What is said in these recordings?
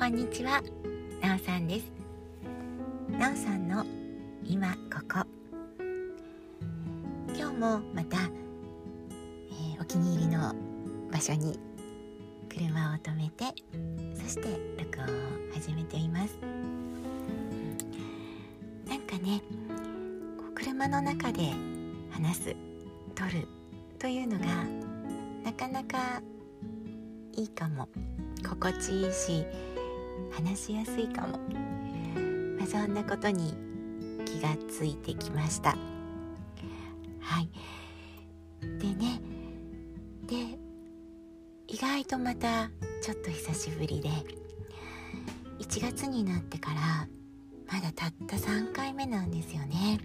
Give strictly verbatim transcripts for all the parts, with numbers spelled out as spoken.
んにちは、なおさんです。なおさんの今ここ。今日もまた、えー、お気に入りの場所に車を止めて、そして録音を始めています。なんかね、こう車の中で話す、撮るというのがなかなかいいかも、心地いいし話しやすいかも、まあ、そんなことに気がついてきました。はい。でね、で意外とまたちょっと久しぶりで、いちがつになってからまだたったさんかいめなんですよね。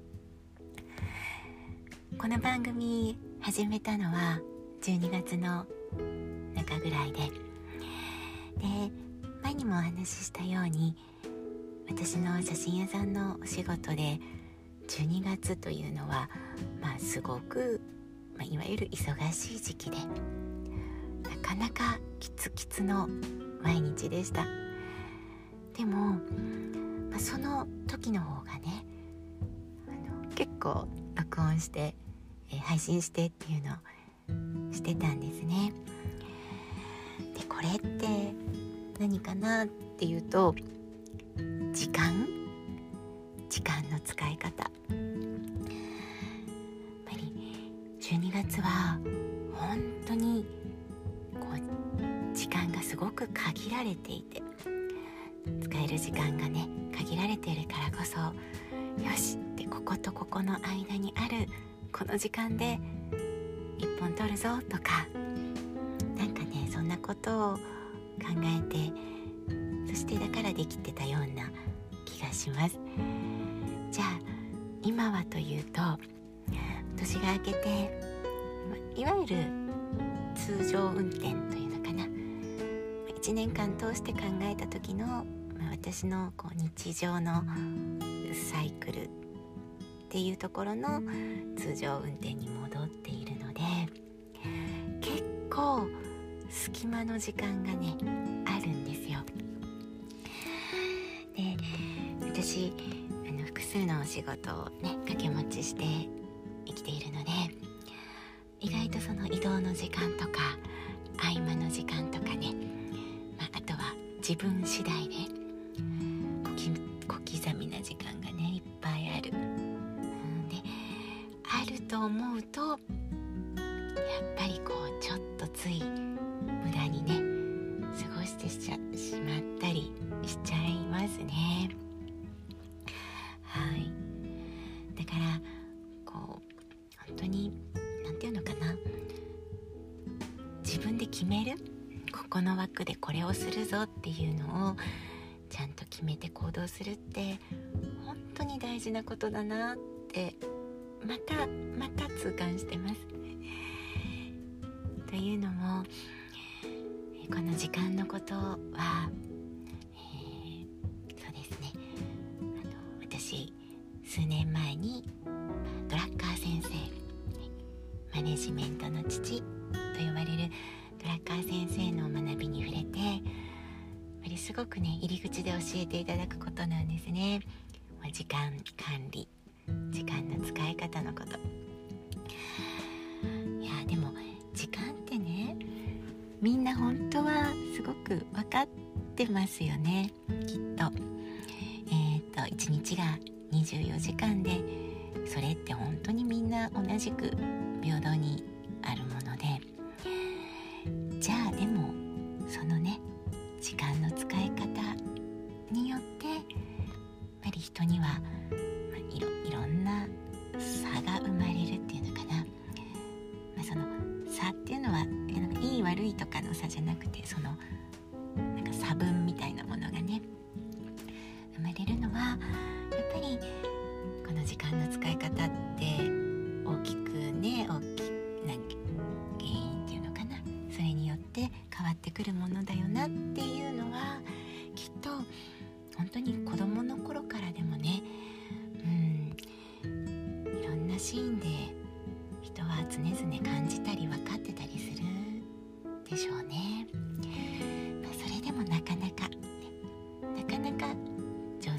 この番組始めたのはじゅうにがつの中ぐらいで、で前にもお話ししたように、私の写真屋さんのお仕事でじゅうにがつというのは、まあ、すごく、まあ、いわゆる忙しい時期で、なかなかキツキツの毎日でした。でも、まあ、その時の方がね、あの結構録音して、えー、配信してっていうのをしてたんですね。でこれって何かなっていうと、時間時間の使い方。やっぱりじゅうにがつは本当にこう時間がすごく限られていて、使える時間がね限られているからこそ、よしってこことここの間にあるこの時間で一本取るぞとか、なんかねそんなことを考えて、そしてだからできてたような気がします。じゃあ今はというと、年が明けていわゆる通常運転というのかな、いちねんかん通して考えた時の私のこう日常のサイクルっていうところの通常運転に戻っているので、結構隙間の時間がねあるんですよ。で私あの複数のお仕事をね掛け持ちして生きているので、意外とその移動の時間とか合間の時間とかね、まあ、あとは自分次第で小刻みな時間がねいっぱいある、うん、であると思うと、やっぱりこうちょっとつい無駄にね過ごしてしちゃしまったりしちゃいますね。はい。だからこう本当になんていうのかな、自分で決める、ここの枠でこれをするぞっていうのをちゃんと決めて行動するって本当に大事なことだなってまたまた痛感してます。というのも、この時間のことは、えー、そうですね、あの私数年前にドラッカー先生、マネジメントの父と呼ばれるドラッカー先生の学びに触れて、やっぱりすごくね入り口で教えていただくことなんですね。時間管理、時間の使い方のこと。いやでも時間ってね、みんな本当はすごく分かってますよね、きっと。えっといちにちがにじゅうよじかんで、それって本当にみんな同じく平等にあるもので、じゃあでもそのね時間の使い方によってやっぱり人には、まあ、いろ、いろんな差が生まれるっていうのかな、まあ、その差っていうのはなんかいい悪いとかの差じゃなくて、そのなんか差分みたいなものがね生まれるのは、やっぱりこの時間の使い方って大きくね大きな原因っていうのかな、それによって変わってくるものだよなっていうのは、きっと本当に子供の頃からでもね、うん、いろんなシーンで人は常々感じたり分かってたりするでしょうね。まあ、それでもなかなか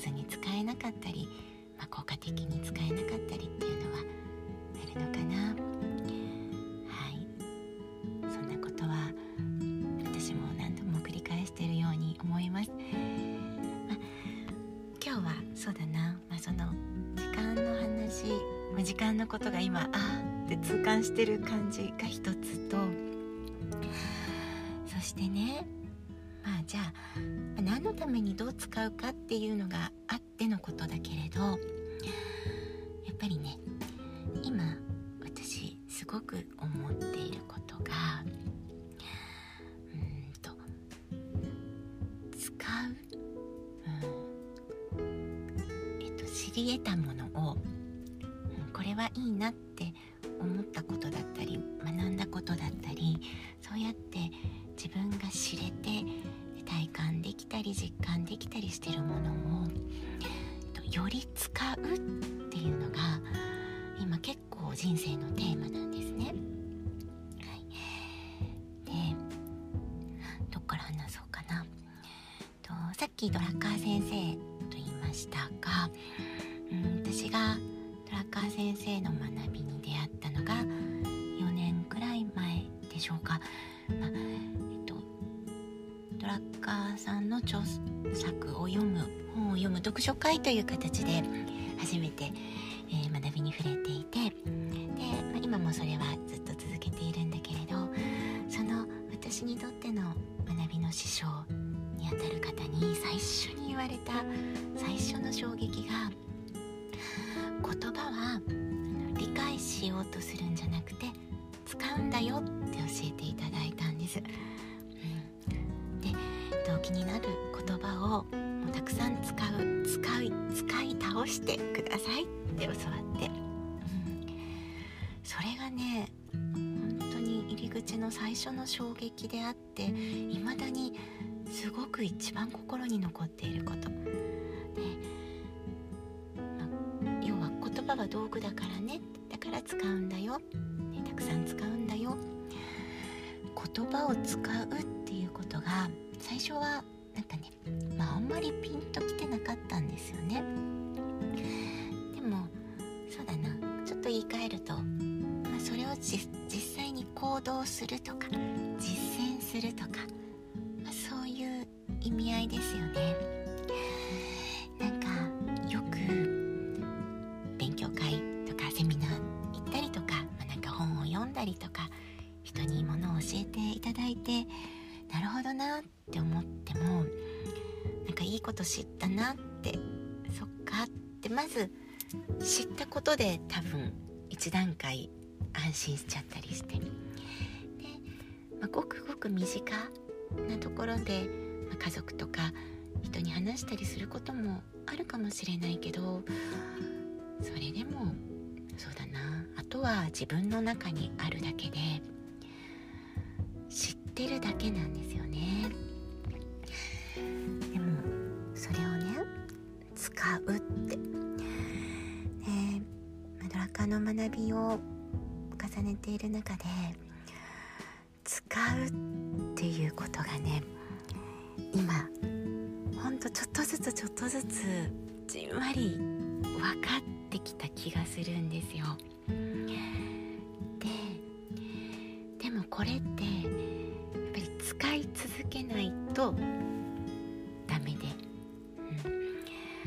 手に使えなかったり、まあ、効果的に使えなかったりっていうのはあるのかな。はい、そんなことは私も何度も繰り返しているように思います。まあ、今日はそうだな、まあ、その時間の話、まあ、時間のことが今あーって痛感してる感じが一つと、そしてね、まあじゃあ何のためにどう使うかっていうのがあってのことだけれど、やっぱりね、今私すごく思っていることが、うーんと使う、うん、えっと知り得たものを、うん、これはいいなって思ったことだったり学んだことだったり、そうやって自分が知れて体感できたり実感できたりしているものをより使うっていうのが今結構人生のテーマなんですね。はい、でどっから話そうかな。とさっきドラッカー先生と言いましたが、うん、私がドラッカー先生の学びに出会ったのがよねんくらい前でしょうか。まあドラッカーさんの著作を読む本を読む読書会という形で初めて、えー、学びに触れていて、で、まあ、今もそれはずっと続けているんだけれど、その私にとっての学びの師匠にあたる方に最初に言われた最初の衝撃が、言葉は理解しようとするんじゃなくて使うんだよって教えていただいたんです。動機になる言葉をもうたくさん使う使い使い倒してくださいって教わって、うん、それがね本当に入り口の最初の衝撃であって、未だにすごく一番心に残っていることで、まあ、要は言葉は道具だからね、だから使うんだよ、ね、たくさん使うんだよ。言葉を使うっていうことが最初はなんかね、まああんまりピンときてなかったんですよね。でもそうだな、ちょっと言い換えると、まあ、それを実際に行動するとか実践するとか、まあ、そういう意味合いですよね。なんかよく勉強会とかセミナー行ったりとか、まあ、なんか本を読んだりとか人にものを教えていただいて、なるほどなって思っても、なんかいいこと知ったなって、そっかってまず知ったことで多分一段階安心しちゃったりして、で、まあ、ごくごく身近なところで、まあ、家族とか人に話したりすることもあるかもしれないけど、それでもそうだな、あとは自分の中にあるだけで知ってるだけなんですよね。でもそれをね使うって、ね、ドラッカーの学びを重ねている中で使うっていうことがね、今ほんとちょっとずつちょっとずつじんわり分かってきた気がするんですよ。で、でもこれってやっぱり使い続けないとダメで、うん、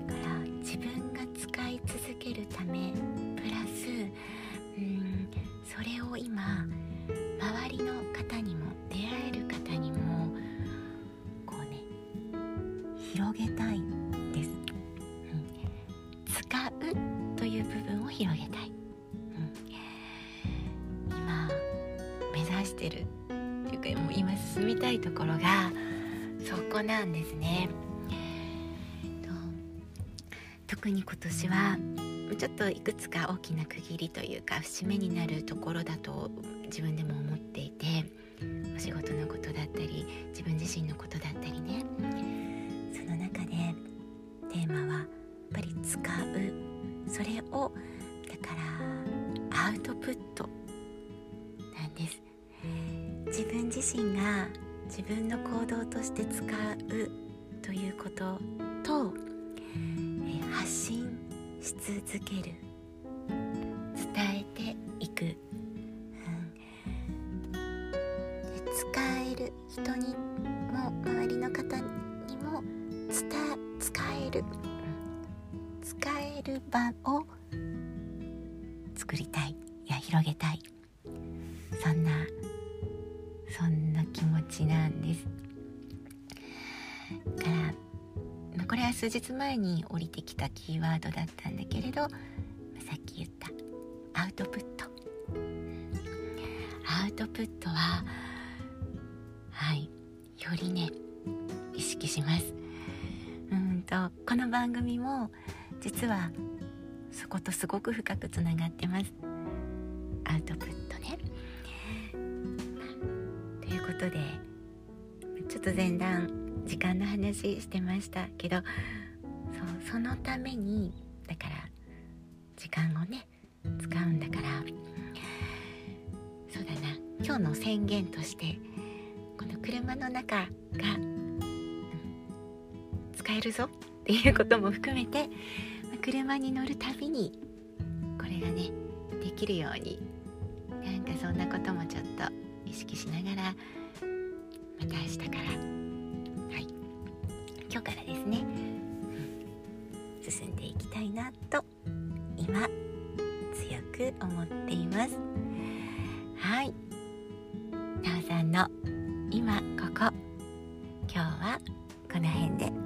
だから自分が使い続けるためプラス、うん、それを今周りの方にも出会える方にもこうね広げたいんです、うん、使うという部分を広げたい、うん、今目指してるっていうか、もう今進みたいところがそこなんですね。特に今年はちょっといくつか大きな区切りというか節目になるところだと自分でも思っていて、お仕事のことだったり自分自身のことだったりね、その中でテーマはやっぱり使う、それをだからアウトプットなんです。自分自身が自分の行動として使うということと、 えー、発信し続ける、伝えていく、うん、で使える人にも周りの方にも伝使える、うん、使える場を作りたい、いや広げたい、そんなそんな気持ちなんです。だから、まあ、これは数日前に降りてきたキーワードだったんだけれど、まあ、さっき言ったアウトプット、アウトプットははいよりね意識します。うんとこの番組も実はそことすごく深くつながってます。アウトプットね。ということでちょっと前段時間の話してましたけど、そうそのためにだから時間をね使うんだから、そうだな、今日の宣言としてこの車の中が、うん、使えるぞっていうことも含めて、車に乗るたびにこれがねできるように、なんかそんなこともちょっと意識しながら、また明日から、はい、今日からですね、うん、進んでいきたいなと今強く思っています。はい、なおさんの今ここ、今日はこの辺で